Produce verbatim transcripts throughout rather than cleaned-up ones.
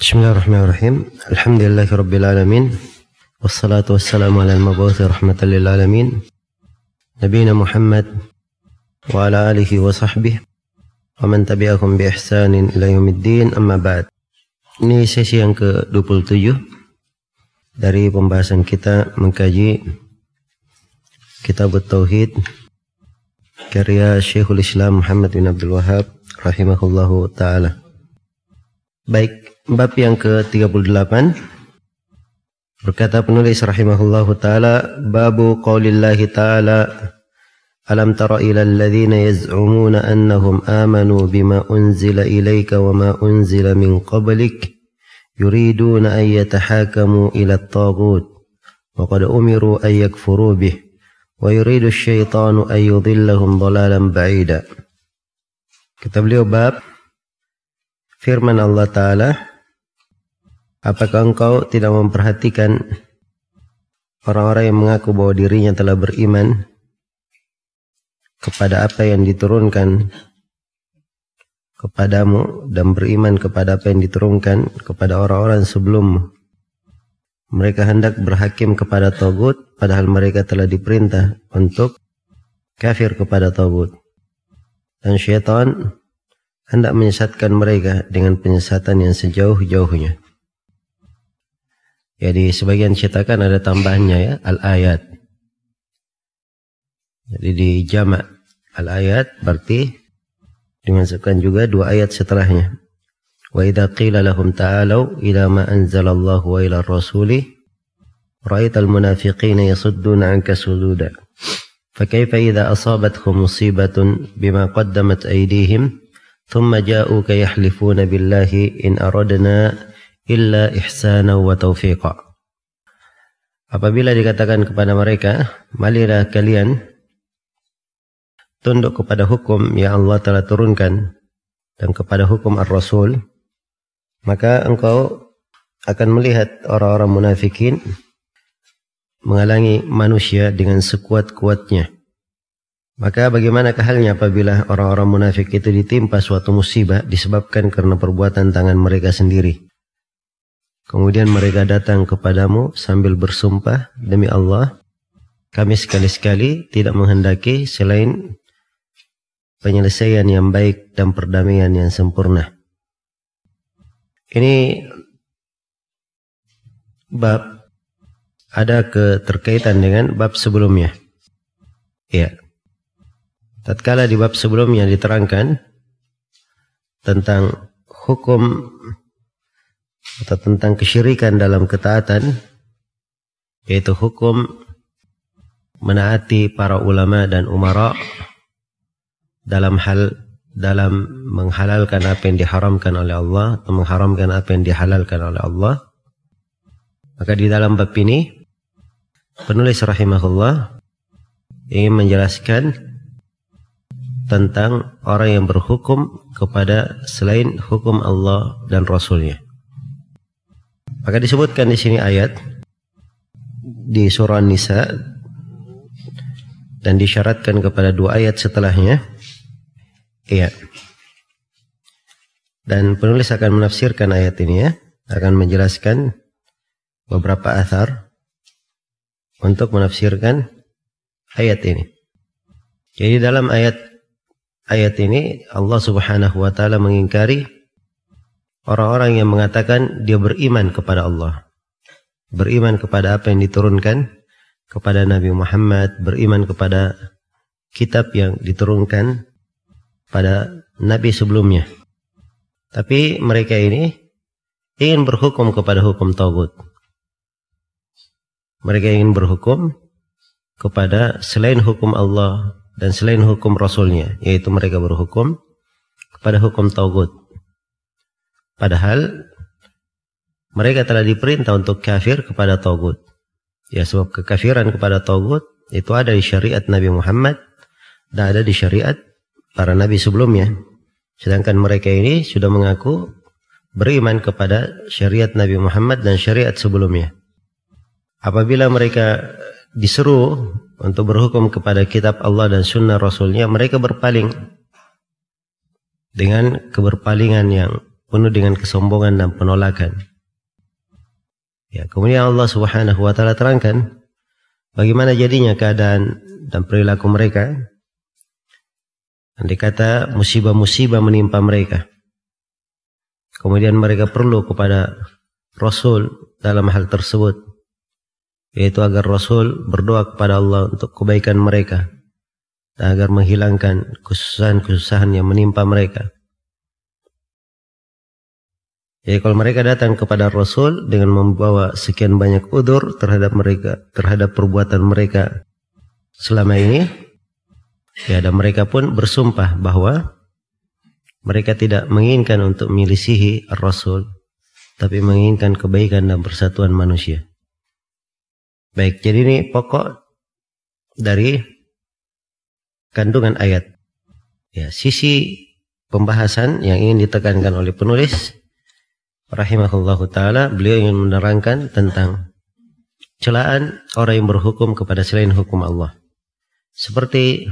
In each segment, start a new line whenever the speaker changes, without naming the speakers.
Bismillahirrahmanirrahim. Alhamdulillahirabbil alamin. Wassalatu wassalamu ala al-mabu'uthi rahmatan lil alamin. Nabiyina Muhammad wa ala alihi wa sahbihi wa man tabi'ahum bi ihsanin ila yaumiddin, amma ba'd. Ini sesi yang ke dua puluh tujuh dari pembahasan kita mengkaji Kitab Tauhid karya Syekhul Islam Muhammad bin Abdul Wahhab rahimahullahu taala. Baik, bab yang ke tiga puluh delapan, berkata penulis rahimahullahu taala, babu qaulillahi taala, alam tara ila alladhina yaz'umuna annahum amanu bima unzila ilayka wa ma unzila min qablik yuriduna an yatahakamu ila at-taghut wa qad umiru an yakfuru bih wa yuridu asy-syaitanu an yudhillahum dhalalan ba'ida. Kata beliau, bab firman Allah Ta'ala, apakah engkau tidak memperhatikan orang-orang yang mengaku bahwa dirinya telah beriman kepada apa yang diturunkan kepadamu dan beriman kepada apa yang diturunkan kepada orang-orang sebelummu. Mereka hendak berhakim kepada tagut, padahal mereka telah diperintah untuk kafir kepada tagut. Dan syaitan hendak menyesatkan mereka dengan penyesatan yang sejauh-jauhnya. Jadi sebagian cetakan ada tambahannya ya, al-ayat. Jadi di jamak al-ayat berarti dimasukkan juga dua ayat setelahnya. Wa idza qila lahum ta'alu ila ma anzalallahu wa ila ar-rasuli ra'aital munafiqina yasudduna 'anka sududa. Fa kaifa idza asabatkum musibatun bima qaddamat aydihim thumma ja'uka yahlifuna billahi in aradna illa ihsana wa taufiqa. Apabila dikatakan kepada mereka, marilah kalian tunduk kepada hukum yang Allah telah turunkan dan kepada hukum ar-rasul, maka engkau akan melihat orang-orang munafikin menghalangi manusia dengan sekuat-kuatnya. Maka bagaimanakah halnya apabila orang-orang munafik itu ditimpa suatu musibah disebabkan karena perbuatan tangan mereka sendiri. Kemudian mereka datang kepadamu sambil bersumpah, demi Allah, kami sekali-sekali tidak menghendaki selain penyelesaian yang baik dan perdamaian yang sempurna. Ini bab ada keterkaitan dengan bab sebelumnya. Ya. Tatkala di bab sebelumnya diterangkan tentang hukum atau tentang kesyirikan dalam ketaatan, yaitu hukum menaati para ulama dan umara dalam hal dalam menghalalkan apa yang diharamkan oleh Allah atau mengharamkan apa yang dihalalkan oleh Allah. Maka di dalam bab ini penulis rahimahullah ingin menjelaskan tentang orang yang berhukum kepada selain hukum Allah dan Rasulnya. Maka disebutkan di sini ayat di surah An-Nisa dan disyaratkan kepada dua ayat setelahnya. Iya. Dan penulis akan menafsirkan ayat ini ya, akan menjelaskan beberapa athar untuk menafsirkan ayat ini. Jadi dalam ayat Ayat ini Allah Subhanahu wa taala mengingkari orang-orang yang mengatakan dia beriman kepada Allah. Beriman kepada apa yang diturunkan kepada Nabi Muhammad, beriman kepada kitab yang diturunkan pada nabi sebelumnya. Tapi mereka ini ingin berhukum kepada hukum tagut. Mereka ingin berhukum kepada selain hukum Allah dan selain hukum Rasulnya, yaitu mereka berhukum kepada hukum tagut. Padahal mereka telah diperintah untuk kafir kepada tagut. Ya, sebab kekafiran kepada tagut itu ada di syariat Nabi Muhammad dan ada di syariat para nabi sebelumnya. Sedangkan mereka ini sudah mengaku beriman kepada syariat Nabi Muhammad dan syariat sebelumnya. Apabila mereka diseru untuk berhukum kepada kitab Allah dan sunnah Rasulnya, mereka berpaling dengan keberpalingan yang penuh dengan kesombongan dan penolakan. Ya, kemudian Allah Subhanahu wa taala terangkan bagaimana jadinya keadaan dan perilaku mereka. Andai kata musibah-musibah menimpa mereka, kemudian mereka perlu kepada Rasul dalam hal tersebut, yaitu agar Rasul berdoa kepada Allah untuk kebaikan mereka dan agar menghilangkan kesusahan-kesusahan yang menimpa mereka. Jadi kalau mereka datang kepada Rasul dengan membawa sekian banyak udzur terhadap mereka, terhadap perbuatan mereka selama ini, ya, dan mereka pun bersumpah bahwa mereka tidak menginginkan untuk menyelisihi Rasul, tapi menginginkan kebaikan dan persatuan manusia. Baik, jadi ini pokok dari kandungan ayat. Ya, sisi pembahasan yang ingin ditekankan oleh penulis rahimahullahu ta'ala, beliau ingin menerangkan tentang celaan orang yang berhukum kepada selain hukum Allah. Seperti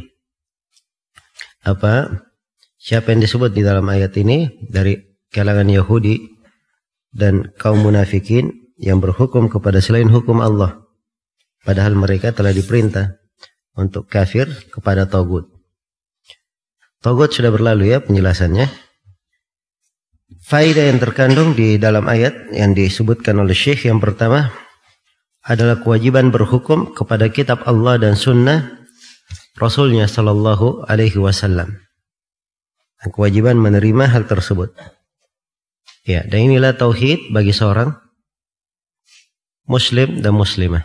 apa, siapa yang disebut di dalam ayat ini dari kalangan Yahudi dan kaum munafikin yang berhukum kepada selain hukum Allah, padahal mereka telah diperintah untuk kafir kepada tagut. Tagut sudah berlalu ya penjelasannya. Faedah yang terkandung di dalam ayat yang disebutkan oleh Syekh yang pertama adalah kewajiban berhukum kepada kitab Allah dan sunnah Rasulnya sallallahu alaihi wasallam. Kewajiban menerima hal tersebut. Ya, dan inilah tauhid bagi seorang muslim dan muslimah.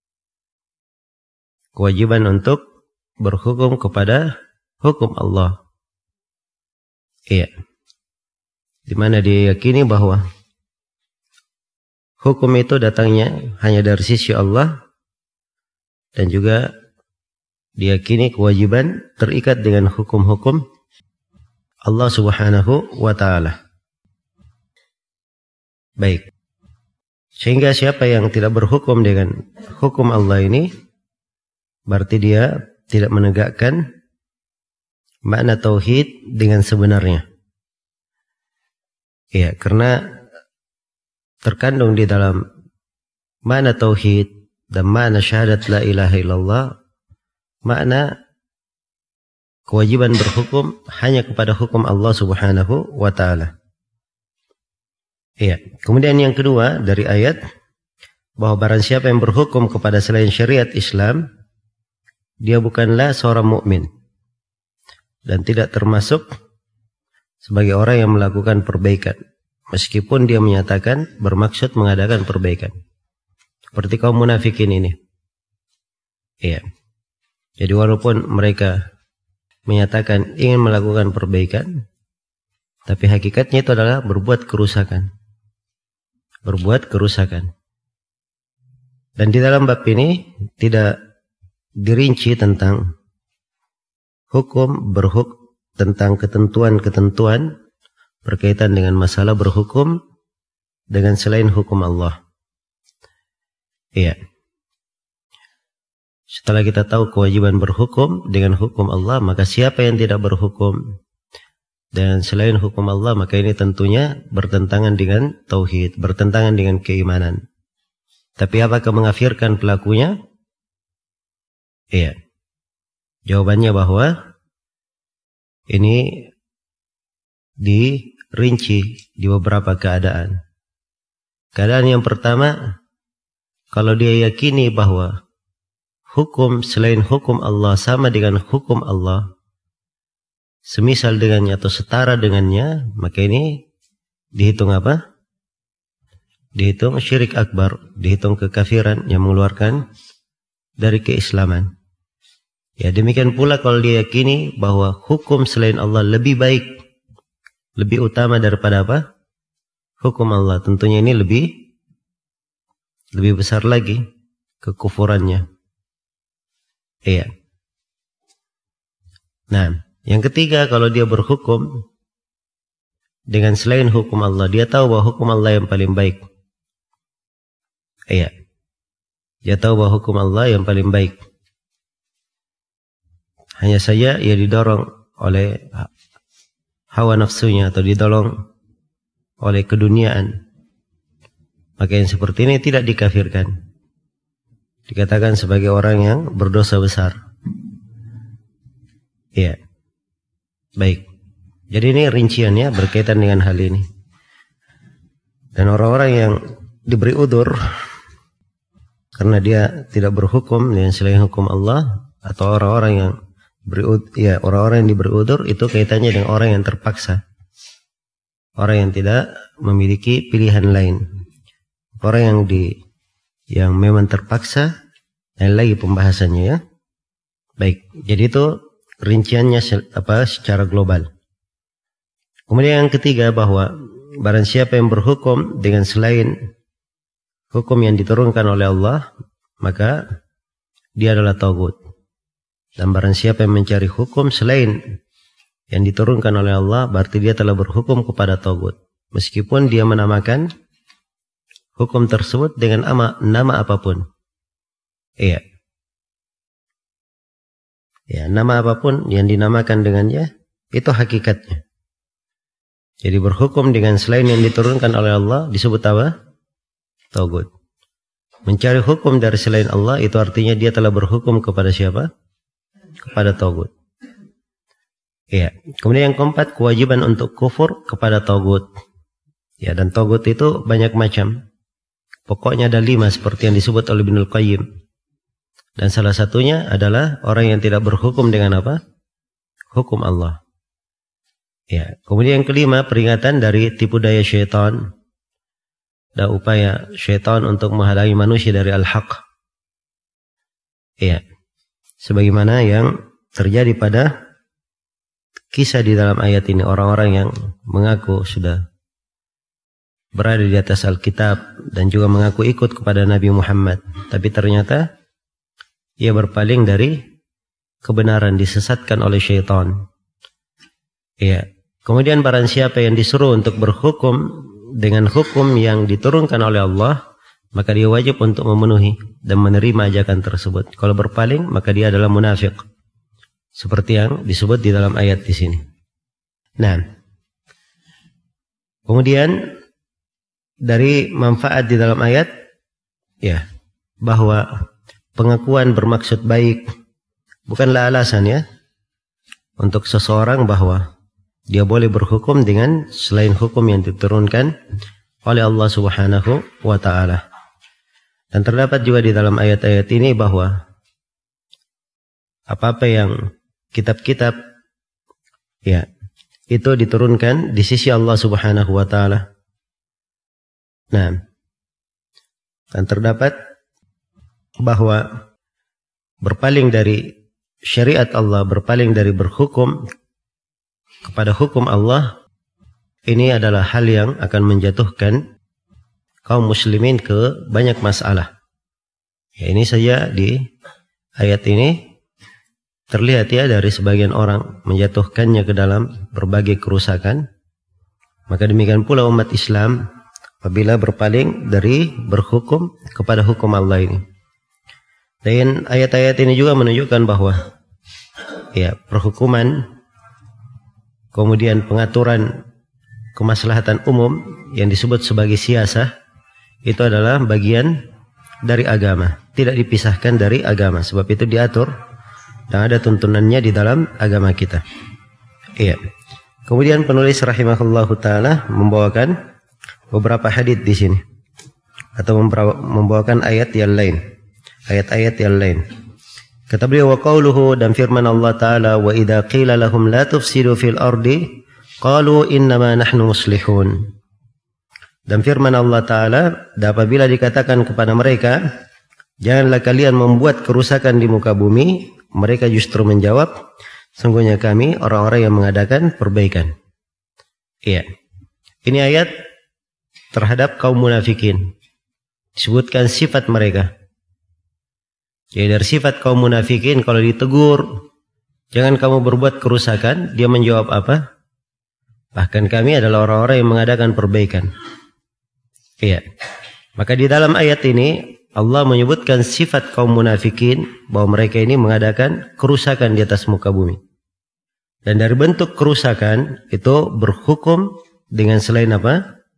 Kewajiban untuk berhukum kepada hukum Allah. Iya. Di mana dia yakini bahwa hukum itu datangnya hanya dari sisi Allah, dan juga diyakini kewajiban terikat dengan hukum-hukum Allah Subhanahu wa taala. Baik. Sehingga siapa yang tidak berhukum dengan hukum Allah ini, berarti dia tidak menegakkan makna tauhid dengan sebenarnya. Ya, karena terkandung di dalam makna tauhid dan makna syahadat la ilaha illallah, makna kewajiban berhukum hanya kepada hukum Allah Subhanahu wa taala. Ya, kemudian yang kedua dari ayat, bahwa barang siapa yang berhukum kepada selain syariat Islam, dia bukanlah seorang mukmin dan tidak termasuk sebagai orang yang melakukan perbaikan, meskipun dia menyatakan bermaksud mengadakan perbaikan, seperti kaum munafikin ini. Iya. Jadi walaupun mereka menyatakan ingin melakukan perbaikan, tapi hakikatnya itu adalah berbuat kerusakan. Berbuat kerusakan. Dan di dalam bab ini tidak dirinci tentang hukum berhukum, tentang ketentuan-ketentuan berkaitan dengan masalah berhukum dengan selain hukum Allah. Iya. Setelah kita tahu kewajiban berhukum dengan hukum Allah, maka siapa yang tidak berhukum dan selain hukum Allah, maka ini tentunya bertentangan dengan tauhid, bertentangan dengan keimanan. Tapi apakah mengkafirkan pelakunya? Iya. Jawabannya bahwa ini dirinci di beberapa keadaan. Keadaan yang pertama, kalau dia yakini bahwa hukum selain hukum Allah sama dengan hukum Allah, semisal dengannya atau setara dengannya, maka ini dihitung apa? Dihitung syirik akbar, dihitung kekafiran yang mengeluarkan dari keislaman. Ya, demikian pula kalau dia yakini bahwa hukum selain Allah lebih baik, lebih utama daripada apa? Hukum Allah. Tentunya ini lebih lebih besar lagi kekufurannya. Iya. Nah, yang ketiga, kalau dia berhukum dengan selain hukum Allah, dia tahu bahwa hukum Allah yang paling baik. Iya. Dia tahu bahwa hukum Allah yang paling baik. Hanya saja ia didorong oleh hawa nafsunya atau didorong oleh keduniaan, maka yang seperti ini tidak dikafirkan, dikatakan sebagai orang yang berdosa besar. Iya. Baik. Jadi ini rinciannya berkaitan dengan hal ini. Dan orang-orang yang diberi udzur karena dia tidak berhukum dengan selain hukum Allah, atau orang-orang yang beri ya orang-orang yang diberi udzur itu kaitannya dengan orang yang terpaksa, orang yang tidak memiliki pilihan lain, orang yang di yang memang terpaksa. Dan lagi pembahasannya ya. Baik, jadi itu rinciannya apa secara global. Kemudian yang ketiga, bahwa barang siapa yang berhukum dengan selain hukum yang diturunkan oleh Allah, maka dia adalah tagut. Dan barang siapa yang mencari hukum selain yang diturunkan oleh Allah, berarti dia telah berhukum kepada tagut, meskipun dia menamakan hukum tersebut dengan ama, nama apapun. Iya. Ya, nama apapun yang dinamakan dengannya, itu hakikatnya. Jadi berhukum dengan selain yang diturunkan oleh Allah disebut apa? Tagut. Mencari hukum dari selain Allah itu artinya dia telah berhukum kepada siapa? Kepada tagut. Ya. Kemudian yang keempat, kewajiban untuk kufur kepada tagut. Ya, dan tagut itu banyak macam. Pokoknya ada lima seperti yang disebut oleh Ibnul Qayyim. Dan salah satunya adalah orang yang tidak berhukum dengan apa? Hukum Allah. Ya, kemudian yang kelima, peringatan dari tipu daya syaitan dan upaya syaitan untuk menghalangi manusia dari al-haq. Ya, sebagaimana yang terjadi pada kisah di dalam ayat ini, orang-orang yang mengaku sudah berada di atas Alkitab dan juga mengaku ikut kepada Nabi Muhammad, tapi ternyata ia berpaling dari kebenaran, disesatkan oleh syaitan. Ya. Kemudian barang siapa yang disuruh untuk berhukum dengan hukum yang diturunkan oleh Allah, maka dia wajib untuk memenuhi dan menerima ajakan tersebut. Kalau berpaling, maka dia adalah munafik, seperti yang disebut di dalam ayat di sini. Nah, kemudian dari manfaat di dalam ayat, ya, bahwa pengakuan bermaksud baik bukanlah alasan ya untuk seseorang bahwa dia boleh berhukum dengan selain hukum yang diturunkan oleh Allah Subhanahu wa ta'ala. Dan terdapat juga di dalam ayat-ayat ini bahwa apa-apa yang kitab-kitab ya itu diturunkan di sisi Allah Subhanahu wa ta'ala. Nah, dan terdapat bahwa berpaling dari syariat Allah, berpaling dari berhukum kepada hukum Allah, ini adalah hal yang akan menjatuhkan kaum muslimin ke banyak masalah. Ya, ini saja di ayat ini terlihat ya dari sebagian orang menjatuhkannya ke dalam berbagai kerusakan. Maka demikian pula umat Islam apabila berpaling dari berhukum kepada hukum Allah ini. Dan ayat-ayat ini juga menunjukkan bahwa ya perhukuman kemudian pengaturan kemaslahatan umum yang disebut sebagai siasah itu adalah bagian dari agama, tidak dipisahkan dari agama, sebab itu diatur dan ada tuntunannya di dalam agama kita. Iya. Kemudian penulis rahimahullahu taala membawakan beberapa hadits di sini atau membawakan ayat yang lain, ayat-ayat yang lain. Kata beliau, wa qauluhu, dan firman Allah Ta'ala, wa idha qila lahum la tufsidu fil ardi qalu innama nahnu muslihun. Dan firman Allah Ta'ala, dan apabila dikatakan kepada mereka, janganlah kalian membuat kerusakan di muka bumi, mereka justru menjawab, sungguhnya kami orang-orang yang mengadakan perbaikan. Iya. Ini ayat terhadap kaum munafikin. Disebutkan sifat mereka. Jadi dari sifat kaum munafikin, kalau ditegur, jangan kamu berbuat kerusakan, dia menjawab apa? Bahkan kami adalah orang-orang yang mengadakan perbaikan. Iya. Maka di dalam ayat ini, Allah menyebutkan sifat kaum munafikin, bahwa mereka ini mengadakan kerusakan di atas muka bumi. Dan dari bentuk kerusakan, itu berhukum dengan selain apa?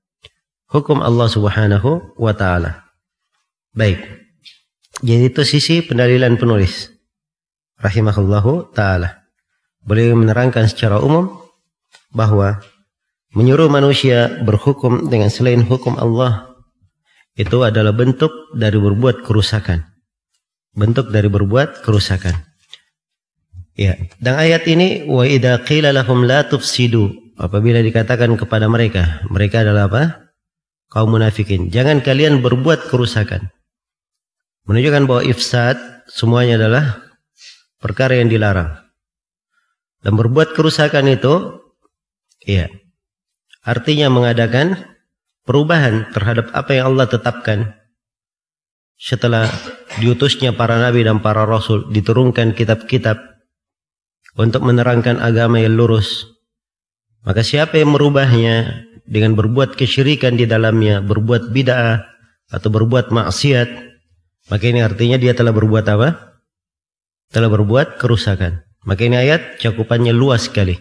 hukum Allah Subhanahu wa taala. Baik. Jadi itu sisi pendalilan penulis rahimahullahu taala. Beliau menerangkan secara umum bahwa menyuruh manusia berhukum dengan selain hukum Allah itu adalah bentuk dari berbuat kerusakan. Bentuk dari berbuat kerusakan. Ya, dan ayat ini wa idza qila lahum la tufsidu, apabila dikatakan kepada mereka, mereka adalah apa? Kaum munafikin. Jangan kalian berbuat kerusakan. Menunjukkan bahwa ifsad semuanya adalah perkara yang dilarang. Dan berbuat kerusakan itu ya, artinya mengadakan perubahan terhadap apa yang Allah tetapkan. Setelah diutusnya para nabi dan para rasul, diturunkan kitab-kitab untuk menerangkan agama yang lurus. Maka siapa yang merubahnya dengan berbuat kesyirikan di dalamnya, berbuat bid'ah atau berbuat maksiat, maka ini artinya dia telah berbuat apa? Telah berbuat kerusakan. Maka ini ayat cakupannya luas sekali.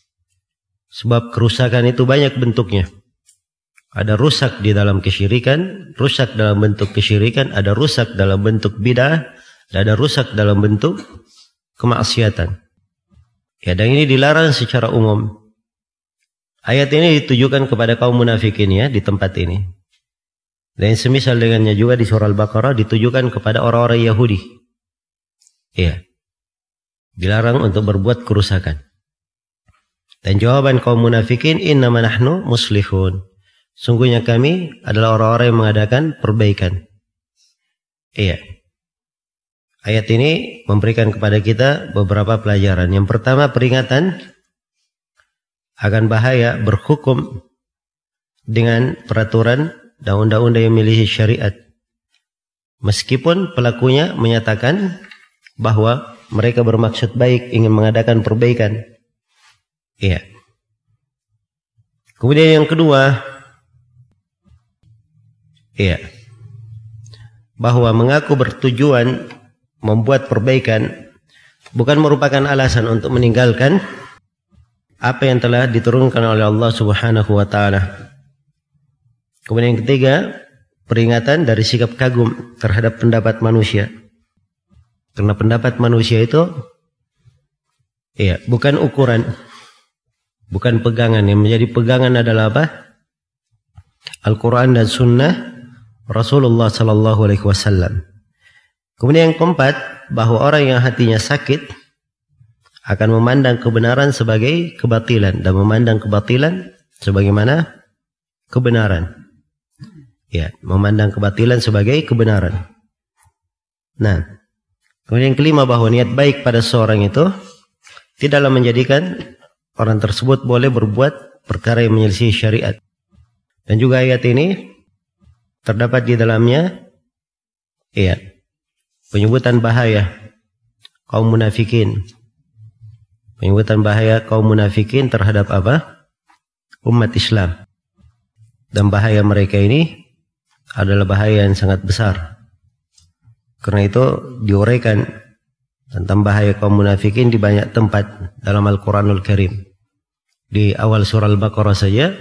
Sebab kerusakan itu banyak bentuknya. Ada rusak di dalam kesyirikan, rusak dalam bentuk kesyirikan, ada rusak dalam bentuk bid'ah, dan ada rusak dalam bentuk kemaksiatan. Ya, dan ini dilarang secara umum. Ayat ini ditujukan kepada kaum munafikin ya di tempat ini. Dan semisal dengannya juga di surah Al-Baqarah ditujukan kepada orang-orang Yahudi. Iya. Dilarang untuk berbuat kerusakan. Dan jawaban kaum munafikin, innama nahnu muslihun. Sungguhnya kami adalah orang-orang yang mengadakan perbaikan. Iya. Ayat ini memberikan kepada kita beberapa pelajaran. Yang pertama, peringatan akan bahaya berhukum dengan peraturan dan undang-undang yang memiliki syariat. Meskipun pelakunya menyatakan bahwa mereka bermaksud baik, ingin mengadakan perbaikan. Iya. Kemudian yang kedua, iya, bahwa mengaku bertujuan membuat perbaikan bukan merupakan alasan untuk meninggalkan apa yang telah diturunkan oleh Allah Subhanahu wa taala. Kemudian yang ketiga, peringatan dari sikap kagum terhadap pendapat manusia. Karena pendapat manusia itu iya, bukan ukuran, bukan pegangan. Yang menjadi pegangan adalah apa? Al-Quran dan Sunnah Rasulullah Sallallahu Alaihi Wasallam. Kemudian yang keempat, bahwa orang yang hatinya sakit akan memandang kebenaran sebagai kebatilan dan memandang kebatilan sebagaimana kebenaran. Ya, memandang kebatilan sebagai kebenaran. Nah, kemudian yang kelima, bahwa niat baik pada seorang itu tidaklah menjadikan orang tersebut boleh berbuat perkara yang menyelisih syariat. Dan juga ayat ini terdapat di dalamnya iya, penyebutan bahaya kaum munafikin. Penyebutan bahaya kaum munafikin terhadap apa? Umat Islam. Dan bahaya mereka ini adalah bahaya yang sangat besar. Karena itu diuraikan tentang bahaya kaum munafikin di banyak tempat dalam Al-Quranul Karim. Di awal surah Al-Baqarah saja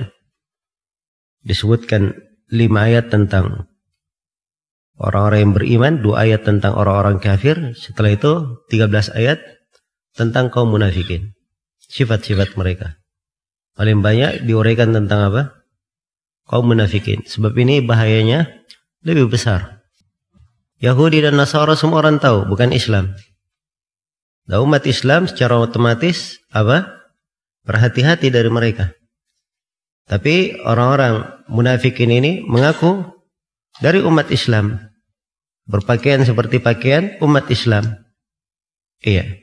disebutkan lima ayat tentang orang-orang yang beriman, dua ayat tentang orang-orang kafir. Setelah itu tiga belas ayat tentang kaum munafikin, sifat-sifat mereka. Paling banyak diuraikan tentang apa? Kaum munafikin. Sebab ini bahayanya lebih besar. Yahudi dan Nasara semua orang tahu, bukan Islam. Dan umat Islam secara otomatis apa? Berhati-hati dari mereka. Tapi orang-orang munafikin ini mengaku dari umat Islam, berpakaian seperti pakaian umat Islam. Iya.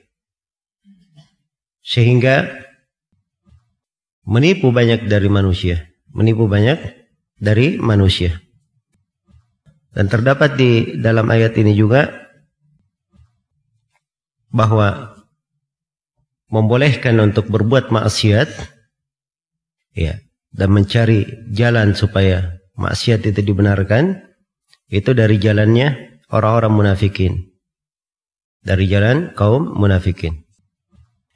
Sehingga menipu banyak dari manusia, menipu banyak dari manusia. Dan terdapat di dalam ayat ini juga bahwa membolehkan untuk berbuat maksiat, ya, dan mencari jalan supaya maksiat itu dibenarkan, itu dari jalannya orang-orang munafikin, dari jalan kaum munafikin.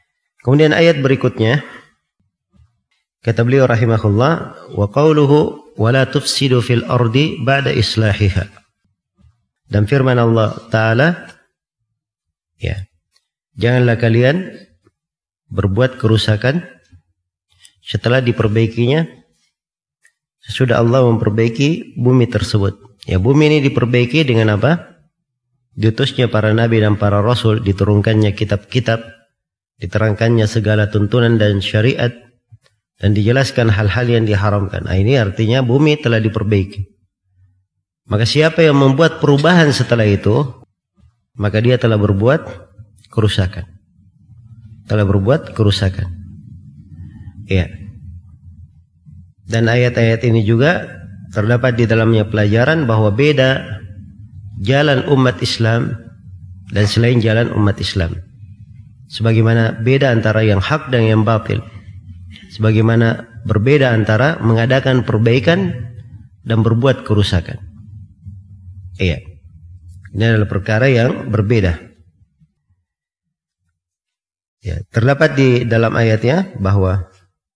Kemudian ayat berikutnya kata beliau rahimahullah, wa qauluhu wa la tufsidu fil ardi ba'da islahiha. Dan firman Allah Ta'ala, ya, janganlah kalian berbuat kerusakan setelah diperbaikinya, sesudah Allah memperbaiki bumi tersebut. Ya, bumi ini diperbaiki dengan apa? Diutusnya para nabi dan para rasul, diturunkannya kitab-kitab, diterangkannya segala tuntunan dan syariat, dan dijelaskan hal-hal yang diharamkan. Nah, ini artinya bumi telah diperbaiki. Maka siapa yang membuat perubahan setelah itu, maka dia telah berbuat kerusakan. Telah berbuat kerusakan. Ya. Dan ayat-ayat ini juga terdapat di dalamnya pelajaran bahwa beda jalan umat Islam dan selain jalan umat Islam. Sebagaimana beda antara yang hak dan yang batil. Sebagaimana berbeda antara mengadakan perbaikan dan berbuat kerusakan. Iya. Ini adalah perkara yang berbeda. Ya, terdapat di dalam ayatnya bahwa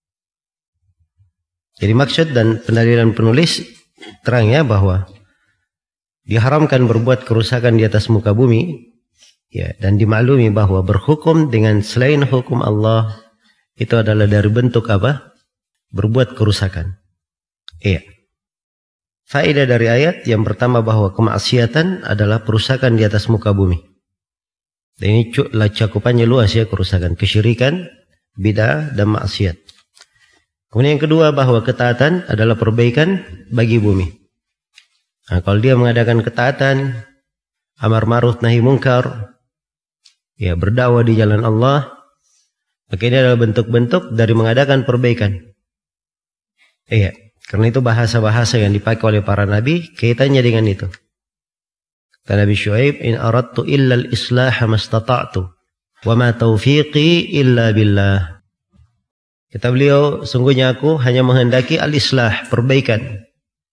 jadi maksud dan pendalilan penulis terangnya bahwa diharamkan berbuat kerusakan di atas muka bumi, ya, dan dimaklumi bahwa berhukum dengan selain hukum Allah itu adalah dari bentuk apa? Berbuat kerusakan. Iya. Faedah dari ayat yang pertama bahwa kemaksiatan adalah perusakan di atas muka bumi. Dan ini cakupannya luas ya, kerusakan, kesyirikan, bid'ah dan maksiat. Kemudian yang kedua bahwa ketaatan adalah perbaikan bagi bumi. Nah, kalau dia mengadakan ketaatan, amar ma'ruf nahi mungkar, ya, berdakwah di jalan Allah, maka ini adalah bentuk-bentuk dari mengadakan perbaikan. Iya, karena itu bahasa-bahasa yang dipakai oleh para nabi kaitannya dengan itu. Kata Nabi Syuaib, in aradtu illa al-islaha mastata'tu wa ma taufiqi illa billah. Kata beliau, sungguhnya aku hanya menghendaki al-islah, perbaikan,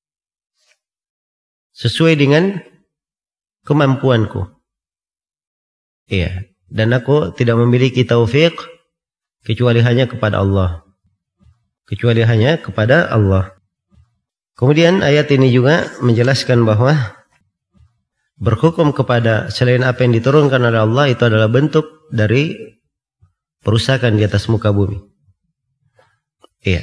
sesuai dengan kemampuanku. Iya, dan aku tidak memiliki taufik kecuali hanya kepada Allah. Kecuali hanya kepada Allah. Kemudian ayat ini juga menjelaskan bahwa berhukum kepada selain apa yang diturunkan oleh Allah itu adalah bentuk dari perusakan di atas muka bumi. Iya.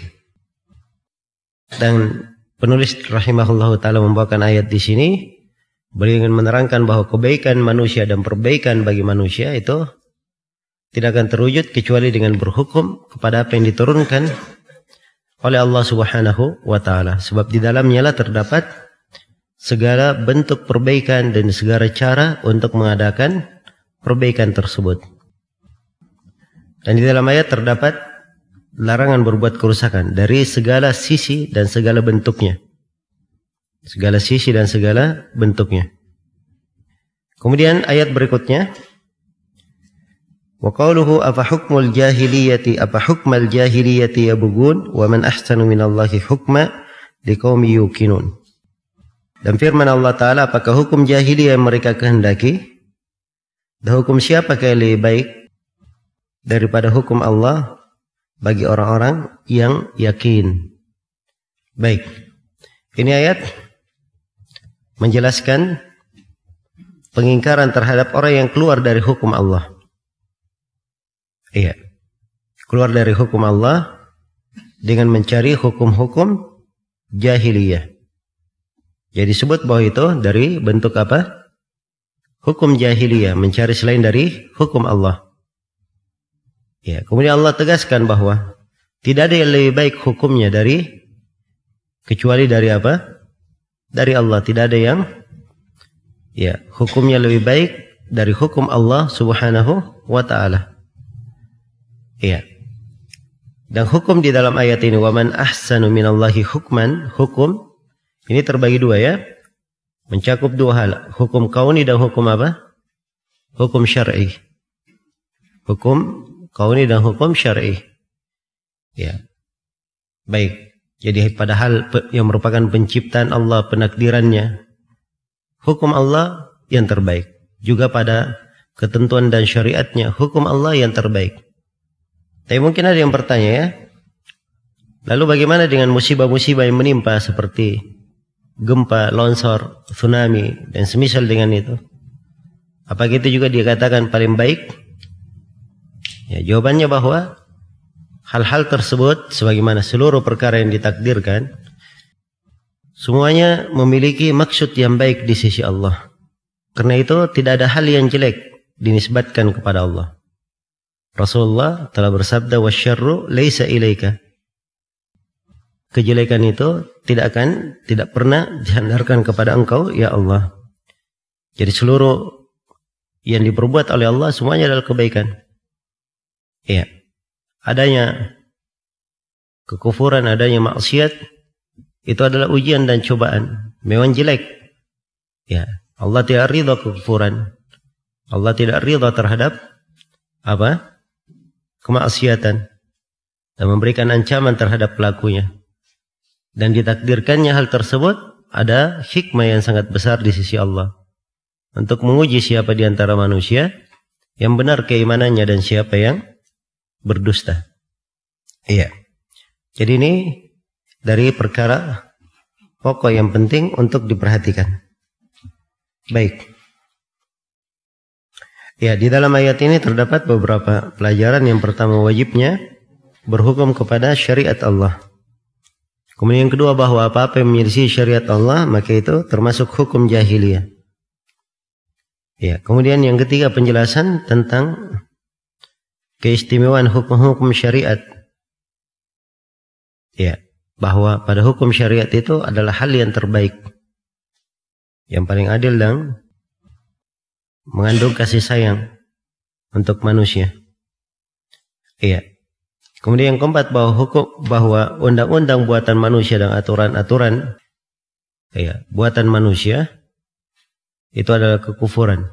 Dan penulis rahimahullah ta'ala membawakan ayat di sini, beliau ingin menerangkan bahwa kebaikan manusia dan perbaikan bagi manusia itu tidak akan terwujud kecuali dengan berhukum kepada apa yang diturunkan oleh Allah Subhanahu wa ta'ala. Sebab di dalamnya lah terdapat segala bentuk perbaikan dan segala cara untuk mengadakan perbaikan tersebut. Dan di dalam ayat terdapat larangan berbuat kerusakan dari segala sisi dan segala bentuknya. Segala sisi dan segala bentuknya. Kemudian ayat berikutnya, wa qawluhu afa hukmul jahiliyati apa hukmal jahiliyati yabghun wa man ahsanu minallahi hukma liqaumi yuqinun. Dan firman Allah Ta'ala, apakah hukum jahiliyah yang mereka kehendaki? Dan hukum siapakah yang lebih baik daripada hukum Allah bagi orang-orang yang yakin? Baik. Ini ayat menjelaskan pengingkaran terhadap orang yang keluar dari hukum Allah. Iya. Keluar dari hukum Allah dengan mencari hukum-hukum jahiliyah. Jadi disebut bahwa itu dari bentuk apa? Hukum jahiliyah, mencari selain dari hukum Allah. Ya, kemudian Allah tegaskan bahwa tidak ada yang lebih baik hukumnya dari kecuali dari apa? Dari Allah. Tidak ada yang ya, hukumnya lebih baik dari hukum Allah Subhanahu wa ta'ala. Iya. Dan hukum di dalam ayat ini, wa man ahsanu minallahi hukman, hukum ini terbagi dua ya. Mencakup dua hal, hukum kauni dan hukum apa? Hukum syar'i. Hukum kauni dan hukum syar'i. Ya. Baik. Jadi padahal yang merupakan penciptaan Allah, penakdirannya, hukum Allah yang terbaik. Juga pada ketentuan dan syariatnya, hukum Allah yang terbaik. Tapi mungkin ada yang bertanya ya, Lalu bagaimana dengan musibah-musibah yang menimpa seperti gempa, longsor, tsunami, dan semisal dengan itu? Apa itu juga dikatakan paling baik? Ya, jawabannya bahwa hal-hal tersebut sebagaimana seluruh perkara yang ditakdirkan, semuanya memiliki maksud yang baik di sisi Allah. Karena itu tidak ada hal yang jelek dinisbatkan kepada Allah. Rasulullah telah bersabda, wasyarru laisa ilaika. Kejelekan itu tidak akan, tidak pernah dihandarkan kepada engkau, ya Allah. Jadi seluruh yang diperbuat oleh Allah semuanya adalah kebaikan. Ya, adanya kekufuran, adanya maksiat, itu adalah ujian dan cobaan. Memang jelek. Ya, Allah tidak ridha kekufuran. Allah tidak ridha terhadap apa? Kemaksiatan. Dan memberikan ancaman terhadap pelakunya. Dan ditakdirkannya hal tersebut ada hikmah yang sangat besar di sisi Allah. Untuk menguji siapa di antara manusia yang benar keimanannya dan siapa yang berdusta. Iya. Jadi ini dari perkara pokok yang penting untuk diperhatikan. Baik. Ya, di dalam ayat ini terdapat beberapa pelajaran. Yang pertama, wajibnya berhukum kepada syariat Allah. Kemudian yang kedua, bahwa apa-apa yang menyelisih syariat Allah, maka itu termasuk hukum jahiliyah. Ya, kemudian yang ketiga, penjelasan tentang keistimewaan hukum-hukum syariat. Ya, bahwa pada hukum syariat itu adalah hal yang terbaik, yang paling adil dan mengandung kasih sayang untuk manusia. Iya. Kemudian yang keempat, bahwa hukum, bahwa undang-undang buatan manusia dan aturan-aturan ya, buatan manusia itu adalah kekufuran.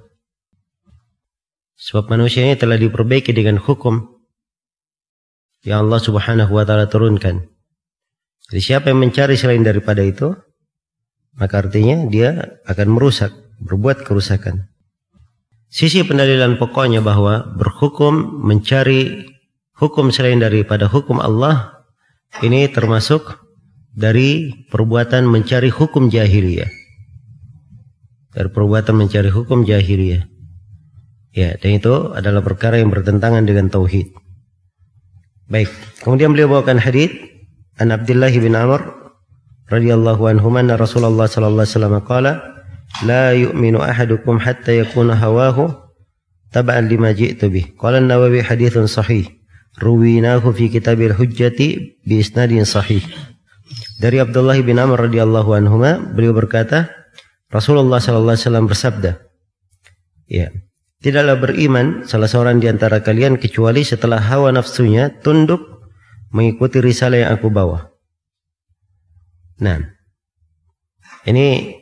Sebab manusia ini telah diperbaiki dengan hukum yang Allah Subhanahu wa taala turunkan. Jadi siapa yang mencari selain daripada itu, maka artinya dia akan merusak, berbuat kerusakan. Sisi pendalilan pokoknya bahwa berhukum, mencari hukum selain daripada hukum Allah, ini termasuk dari perbuatan mencari hukum jahiliyah. Dari perbuatan mencari hukum jahiliyah. Ya, dan itu adalah perkara yang bertentangan dengan tauhid. Baik, kemudian beliau bawakan hadits an Abdullah bin Amr radhiyallahu anhu anna Rasulullah sallallahu alaihi wasallam qala la yu'minu ahadukum hatta yakuna hawahu tab'an lima ji'tu bih. Qala an-Nawawi haditsun sahih. Ruwinahu fi kitabil hujjati bi isnadin sahih. Dari Abdullah bin Amr radhiyallahu anhuma, beliau berkata, Rasulullah sallallahu alaihi wasallam bersabda, ya, tidaklah beriman salah seorang di antara kalian kecuali setelah hawa nafsunya tunduk mengikuti risalah yang aku bawa. Nah, ini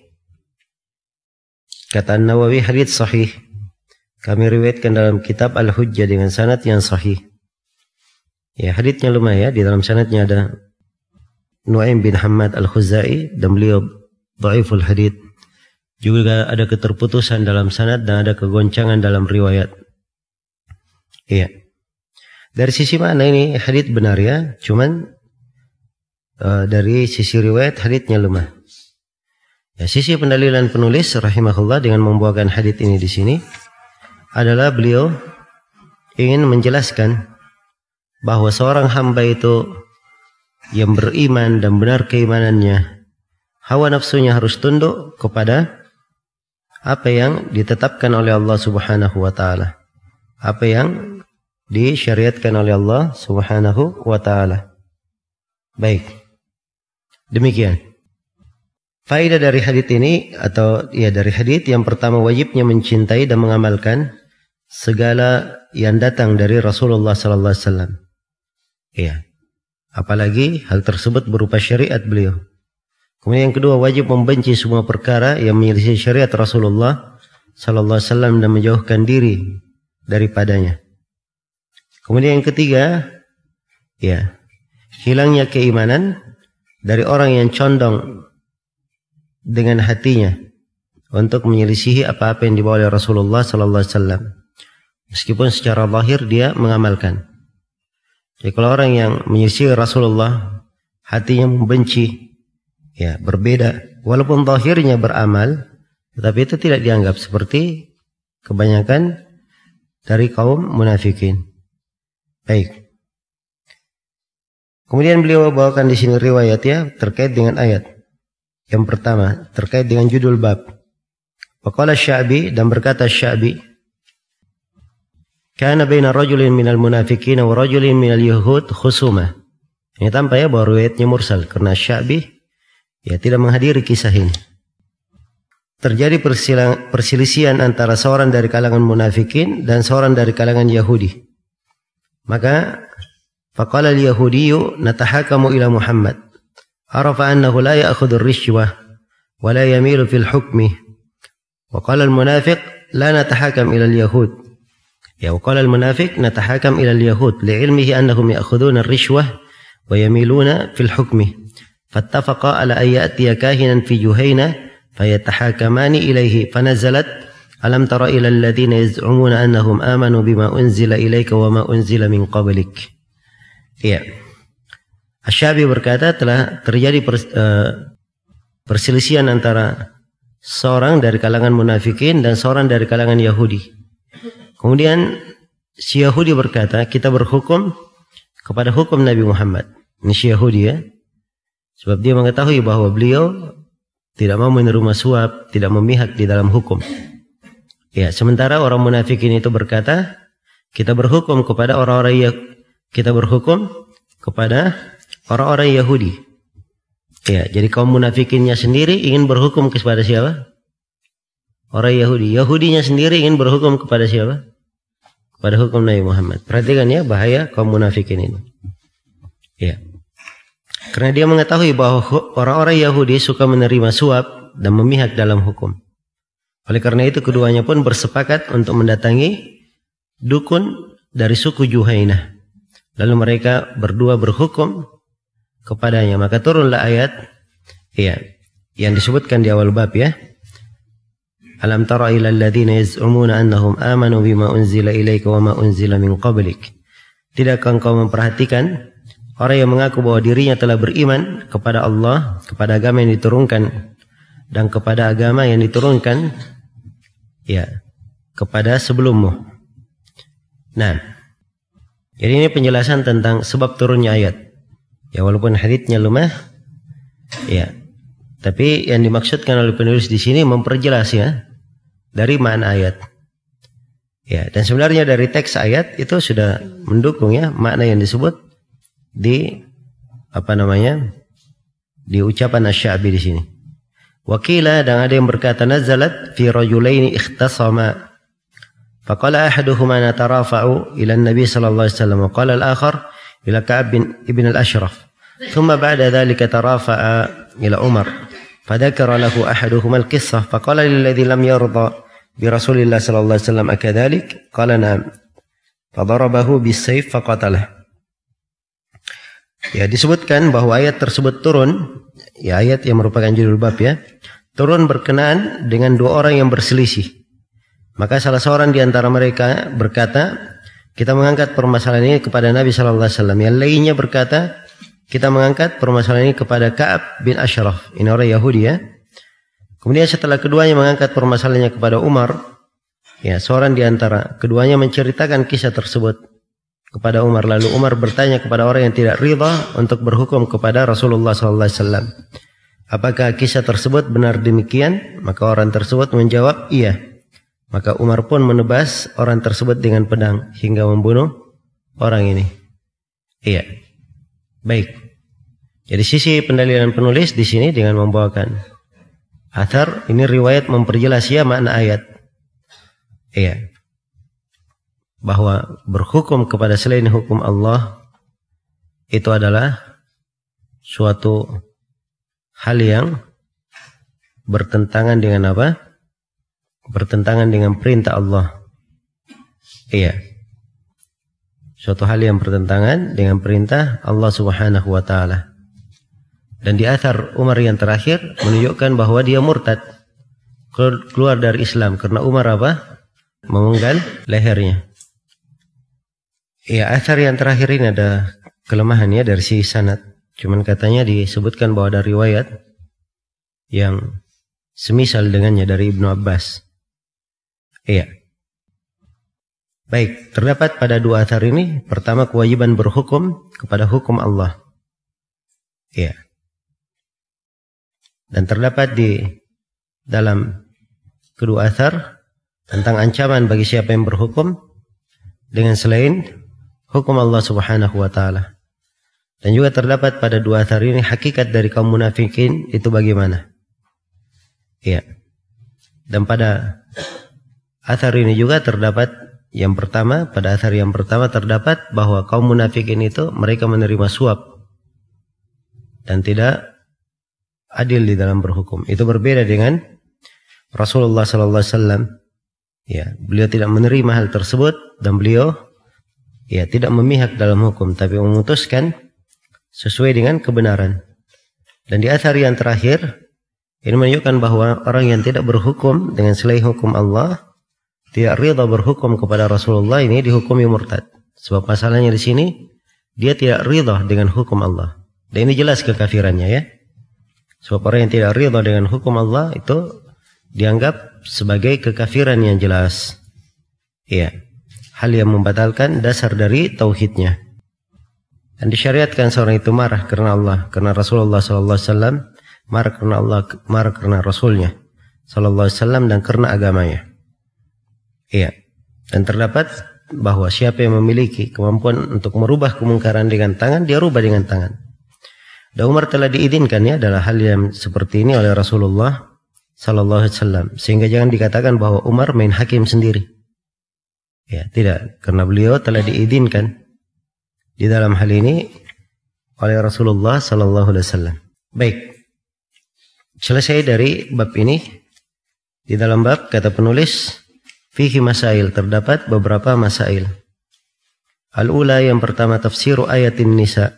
kata Nawawi hadits sahih. Kami riwayatkan dalam kitab Al-Hujjah dengan sanad yang sahih. Ya, haditsnya lemah ya, di dalam sanadnya ada Nuaim bin Hamad Al-Khuzai dan beliau dhaiful hadits. Juga ada keterputusan dalam sanad dan ada kegoncangan dalam riwayat. Iya. Dari sisi mana ini hadits benar ya, cuman uh, dari sisi riwayat haditsnya lemah. Ya, sisi pendalilan penulis rahimahullah dengan membawakan hadits ini di sini adalah beliau ingin menjelaskan bahwa seorang hamba itu yang beriman dan benar keimanannya, hawa nafsunya harus tunduk kepada apa yang ditetapkan oleh Allah Subhanahu wa taala, apa yang disyariatkan oleh Allah Subhanahu wa taala. Baik. Demikian. Faedah dari hadits ini atau ya dari hadits yang pertama, wajibnya mencintai dan mengamalkan segala yang datang dari Rasulullah sallallahu alaihi wasallam. Ya. Apalagi hal tersebut berupa syariat beliau. Kemudian yang kedua, wajib membenci semua perkara yang menyelisih syariat Rasulullah sallallahu alaihi wasallam dan menjauhkan diri daripadanya. Kemudian yang ketiga, ya, hilangnya keimanan dari orang yang condong dengan hatinya untuk menyelisihi apa-apa yang dibawa oleh Rasulullah sallallahu alaihi wasallam. Meskipun secara lahir dia mengamalkan. Jadi kalau orang yang menyelisihi Rasulullah hatinya membenci, ya berbeda. Walaupun zahirnya beramal, tetapi itu tidak dianggap seperti kebanyakan dari kaum munafikin. Baik. Kemudian beliau bawakan di sini riwayat ya terkait dengan ayat. Yang pertama terkait dengan judul bab. Waqala Sya'bi, dan berkata Sya'bi, kana baina rajulin minal munafiqin wa rajulin minal yahud khusumah. Ini tampak ya bahwa riwayatnya mursal karena Sya'bi ya tidak menghadiri kisah ini. Terjadi perselisihan antara seorang dari kalangan munafikin dan seorang dari kalangan Yahudi. Maka faqala al-yahudiyyu natahakamu ila Muhammad. Arafa annahu la ya'khudhu ar-rishwah wa la yamilu fil hukmi. Wa qala al-munafiq la natahakam ila al-yahud. Ya, wa qala al-munafiq natahakam ila al-yahud li'ilmihi annahum ya'khudhuna ar-rishwah wa yamiluna fil hukmi. Fattafaqa ala an ya'tiya kahinan fi Juhayna fayatahakamani ilayhi fanazalat alam tara ila alladhina yaz'umuna annahum amanu bima unzila ilayka wa ma unzila min qablik. Ya. Asy-Sya'bi berkata telah terjadi pers, uh, perselisihan antara seorang dari kalangan munafikin dan seorang dari kalangan Yahudi. Kemudian si Yahudi berkata, kita berhukum kepada hukum Nabi Muhammad. Ini si Yahudi ya. Sebab dia mengetahui bahwa beliau tidak mau menerima suap, tidak memihak di dalam hukum. Ya, sementara orang munafikin itu berkata, kita berhukum kepada orang-orang ya, kita berhukum kepada orang-orang Yahudi. Ya, jadi kaum munafikinnya sendiri ingin berhukum kepada siapa? Orang Yahudi. Yahudinya sendiri ingin berhukum kepada siapa? Kepada hukum Nabi Muhammad. Perhatikan ya bahaya kaum munafikin ini. Ya. Karena dia mengetahui bahwa orang-orang Yahudi suka menerima suap dan memihak dalam hukum. Oleh karena itu keduanya pun bersepakat untuk mendatangi dukun dari suku Juhainah. Lalu mereka berdua berhukum kepadanya. Maka turunlah ayat ya, yang disebutkan di awal bab ya. Alam tara ila alladhina yaz'umuna annahum amanu bima unzila ilayka wa ma unzila min qablik. Tidakkah engkau memperhatikan orang yang mengaku bahwa dirinya telah beriman kepada Allah, kepada agama yang diturunkan dan kepada agama yang diturunkan ya kepada sebelummu. Nah, jadi ini penjelasan tentang sebab turunnya ayat. Ya walaupun haditsnya lemah, ya, tapi yang dimaksudkan oleh penulis di sini memperjelas ya dari makna ayat. Ya, dan sebenarnya dari teks ayat itu sudah mendukung ya makna yang disebut di apa namanya di ucapan Asy-Sya'bi di sini. Wakila, dan ada yang berkata nazalat fi rajulaini ikhtasama. Faqala ahaduhuma natarafa'u ila an-nabi sallallahu alaihi wasallam wa qala al-akhar ila Ka'ab bin al-Ashraf. Thumma ba'da dhalika tarafa'a ila Umar. Fadhakara lahu ahaduhuma al-qissah faqala lilladhi lam yarda bi Rasulillah sallallahu alaihi wasallam akadhalik qala na'am. Fadarabahu bis-sayf faqatalah. Ya, disebutkan bahwa ayat tersebut turun, ya ayat yang merupakan judul bab ya, turun berkenaan dengan dua orang yang berselisih. Maka salah seorang di antara mereka berkata, kita mengangkat permasalahan ini kepada Nabi sallallahu alaihi wasallam. Yang lainnya berkata, kita mengangkat permasalahan ini kepada Ka'ab bin Ashraf. Ini orang Yahudi ya. Kemudian setelah keduanya mengangkat permasalahannya kepada Umar, ya seorang di antara keduanya menceritakan kisah tersebut kepada Umar. Lalu Umar bertanya kepada orang yang tidak ridha untuk berhukum kepada Rasulullah sallallahu alaihi wasallam, apakah kisah tersebut benar demikian? Maka orang tersebut menjawab, iya. Maka Umar pun menebas orang tersebut dengan pedang hingga membunuh orang ini. Iya. Baik. Jadi sisi pendalilan penulis di sini dengan membawakan athar, ini riwayat memperjelas ya makna ayat. Iya. Bahwa berhukum kepada selain hukum Allah itu adalah suatu hal yang bertentangan dengan apa? Bertentangan dengan perintah Allah. Iya. Suatu hal yang bertentangan dengan perintah Allah Subhanahu wa taala. Dan di athar Umar yang terakhir menunjukkan bahwa dia murtad, keluar dari Islam karena Umar apa? Memenggal lehernya. Iya, athar yang terakhir ini ada kelemahannya dari sisi sanad. Cuman katanya disebutkan bahwa ada riwayat yang semisal dengannya dari Ibnu Abbas. Iya. Baik, terdapat pada dua athar ini, pertama kewajiban berhukum kepada hukum Allah. Iya. Dan terdapat di dalam kedua athar tentang ancaman bagi siapa yang berhukum dengan selain hukum Allah Subhanahu wa taala. Dan juga terdapat pada dua athar ini hakikat dari kaum munafikin itu bagaimana. Iya. Dan pada athar ini juga terdapat yang pertama, pada athar yang pertama terdapat bahwa kaum munafikin itu mereka menerima suap dan tidak adil di dalam berhukum. Itu berbeda dengan Rasulullah sallallahu alaihi wasallam. Ya, beliau tidak menerima hal tersebut dan beliau ya tidak memihak dalam hukum, tapi memutuskan sesuai dengan kebenaran. Dan di athar yang terakhir ini menunjukkan bahwa orang yang tidak berhukum dengan selain hukum Allah, tidak ridha berhukum kepada Rasulullah, ini dihukumi murtad. Sebab masalahnya di sini dia tidak ridha dengan hukum Allah. Dan ini jelas kekafirannya ya. Sebab orang yang tidak ridha dengan hukum Allah itu dianggap sebagai kekafiran yang jelas. Iya. Hal yang membatalkan dasar dari tauhidnya. Dan disyariatkan seorang itu marah karena Allah, karena Rasulullah sallallahu alaihi wasallam, marah karena Allah, marah karena Rasulnya sallallahu alaihi wasallam, dan karena agamanya. Iya. Dan terdapat bahwa siapa yang memiliki kemampuan untuk merubah kemungkaran dengan tangan, dia rubah dengan tangan. Dan Umar telah diizinkan ya adalah hal yang seperti ini oleh Rasulullah sallallahu alaihi wasallam, sehingga jangan dikatakan bahwa Umar main hakim sendiri. Ya, tidak, karena beliau telah diizinkan di dalam hal ini oleh Rasulullah sallallahu alaihi wasallam. Baik. Selesai dari bab ini. Di dalam bab kata penulis fihi masail, terdapat beberapa masail. Al-ula, yang pertama, tafsiru ayatin nisa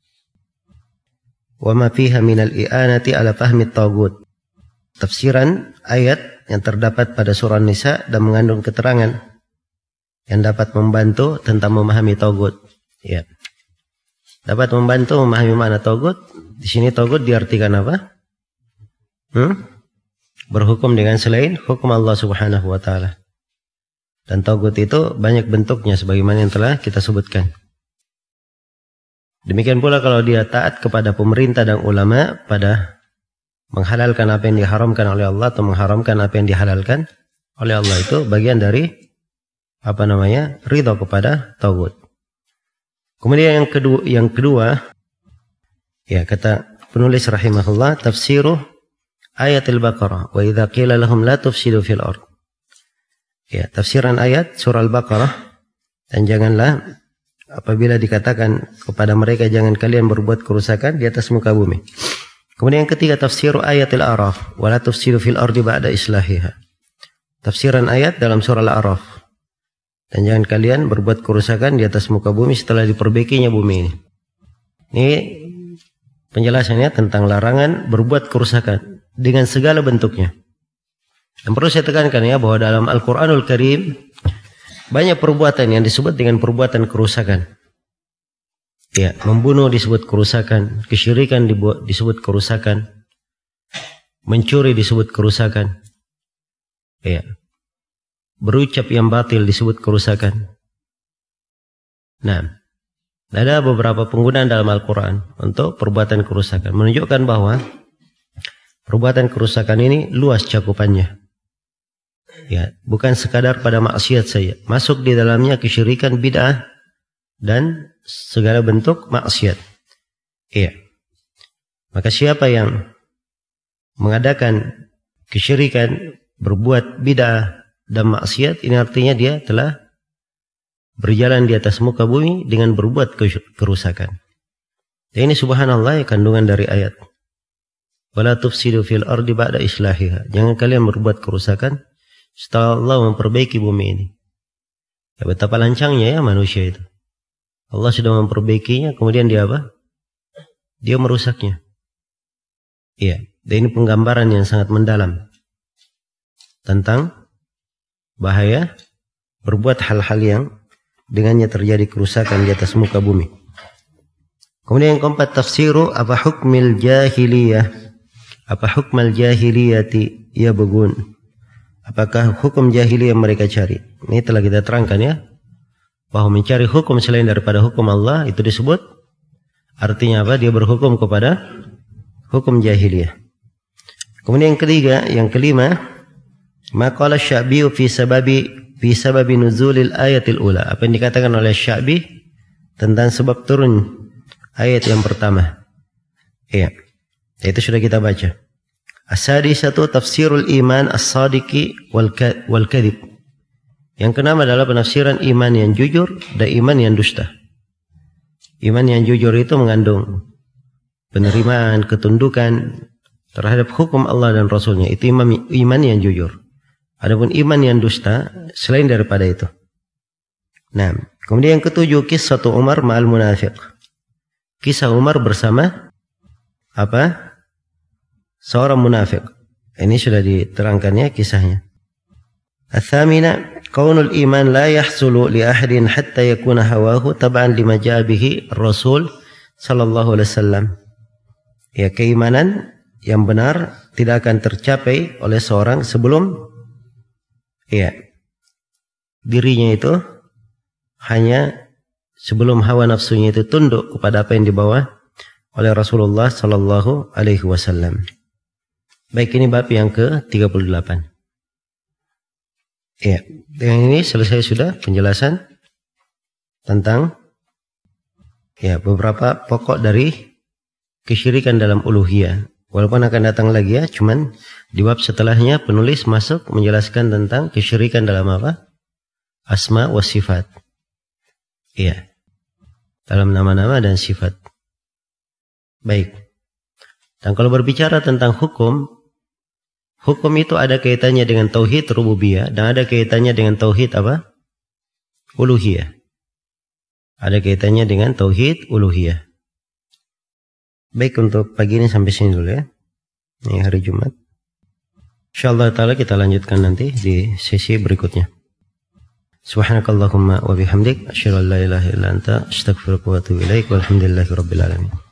wa ma fiha minal i'anati ala fahmi tagut. Tafsiran ayat yang terdapat pada surah Nisa dan mengandung keterangan yang dapat membantu tentang memahami tagut. Ya. Dapat membantu memahami makna tagut. Di sini tagut diartikan apa? Hmm? Berhukum dengan selain hukum Allah Subhanahu wa taala. Dan tagut itu banyak bentuknya sebagaimana yang telah kita sebutkan. Demikian pula kalau dia taat kepada pemerintah dan ulama pada menghalalkan apa yang diharamkan oleh Allah atau mengharamkan apa yang dihalalkan oleh Allah, itu bagian dari apa namanya? Ridha kepada tagut. Kemudian yang kedua, yang kedua ya kata penulis rahimahullah, tafsiruh ayatil Baqarah wa idza qila lahum la tufsidu fil ard. Ya, tafsiran ayat surah Al-Baqarah, dan janganlah apabila dikatakan kepada mereka jangan kalian berbuat kerusakan di atas muka bumi. Kemudian yang ketiga, tafsiru ayatil A'raf wa la tufsidu fil ardi ba'da islahiha. Tafsiran ayat dalam surah Al-A'raf, dan jangan kalian berbuat kerusakan di atas muka bumi setelah diperbaikinya bumi ini. Ini penjelasannya tentang larangan berbuat kerusakan dengan segala bentuknya. Dan perlu saya tekankan ya bahwa dalam Al-Quranul Karim banyak perbuatan yang disebut dengan perbuatan kerusakan. Ya, membunuh disebut kerusakan, kesyirikan disebut kerusakan, mencuri disebut kerusakan. Ya. Berucap yang batil disebut kerusakan. Nah, ada beberapa penggunaan dalam Al-Quran untuk perbuatan kerusakan, menunjukkan bahwa perbuatan kerusakan ini luas cakupannya. Ya, bukan sekadar pada maksiat saja. Masuk di dalamnya kesyirikan, bid'ah, dan segala bentuk maksiat. Iya. Maka siapa yang mengadakan kesyirikan, berbuat bid'ah dan maksiat, ini artinya dia telah berjalan di atas muka bumi dengan berbuat kerusakan. Dan ini subhanallah ya, kandungan dari ayat. Wala tufsidu fil ardi ba'da islahiha. Jangan kalian berbuat kerusakan setelah Allah memperbaiki bumi ini. Ya, betapa lancangnya ya manusia itu. Allah sudah memperbaikinya, kemudian dia apa? Dia merusaknya. Iya, dan ini penggambaran yang sangat mendalam tentang bahaya berbuat hal-hal yang dengannya terjadi kerusakan di atas muka bumi. Kemudian yang keempat, tafsiru apa hukmil jahiliyah. Apa hukmal jahiliyati yabghun. Apakah hukum jahiliyah mereka cari? Ini telah kita terangkan ya, bahwa mencari hukum selain daripada hukum Allah itu disebut, artinya apa? Dia berhukum kepada hukum jahiliyah. Kemudian yang ketiga, yang kelima, maqala Sya'bi fi sababi fi sababi nuzulil ayatil ula. Apa yang dikatakan oleh Sya'bi tentang sebab turun ayat yang pertama. Iya. Itu sudah kita baca. As-sadisatu tafsirul iman as-sadiqi wal kadhib. Yang keenam adalah penafsiran iman yang jujur dan iman yang dusta. Iman yang jujur itu mengandung penerimaan, ketundukan terhadap hukum Allah dan Rasulnya. Itu iman, iman yang jujur. Adapun iman yang dusta selain daripada itu. Nah, kemudian yang ketujuh, kisah Umar ma'al munafiq. Kisah Umar bersama apa? Seorang munafik. Ini sudah diterangkannya kisahnya. Ats-tsamina, kaunul iman la yahsulu li ahadin hatta yakuna hawahu tab'an lima ja'a bihi Rasul sallallahu alaihi wasallam. Ya, keimanan yang benar tidak akan tercapai oleh seorang sebelum ya dirinya itu hanya sebelum hawa nafsunya itu tunduk kepada apa yang dibawa oleh Rasulullah sallallahu alaihi wasallam. Baik, ini bab yang ke tiga puluh delapan. Ya, dengan ini selesai sudah penjelasan tentang ya beberapa pokok dari kesyirikan dalam uluhiyah. Walaupun akan datang lagi ya, cuman di bab setelahnya penulis masuk menjelaskan tentang kesyirikan dalam apa? Asma wa sifat. Iya. Dalam nama-nama dan sifat. Baik. Dan kalau berbicara tentang hukum, hukum itu ada kaitannya dengan tauhid rububiyah dan ada kaitannya dengan tauhid apa? Uluhiyah. Ada kaitannya dengan tauhid uluhiyah. Baik, untuk pagi ini sampai sini dulu ya. Ini hari Jumat. Insyaallah taala kita lanjutkan nanti di sesi berikutnya. Subhanakallahumma wa bihamdik asyhadu an la ilaha illa anta astaghfiruka wa atubu ilaik walhamdulillahi rabbil alamin.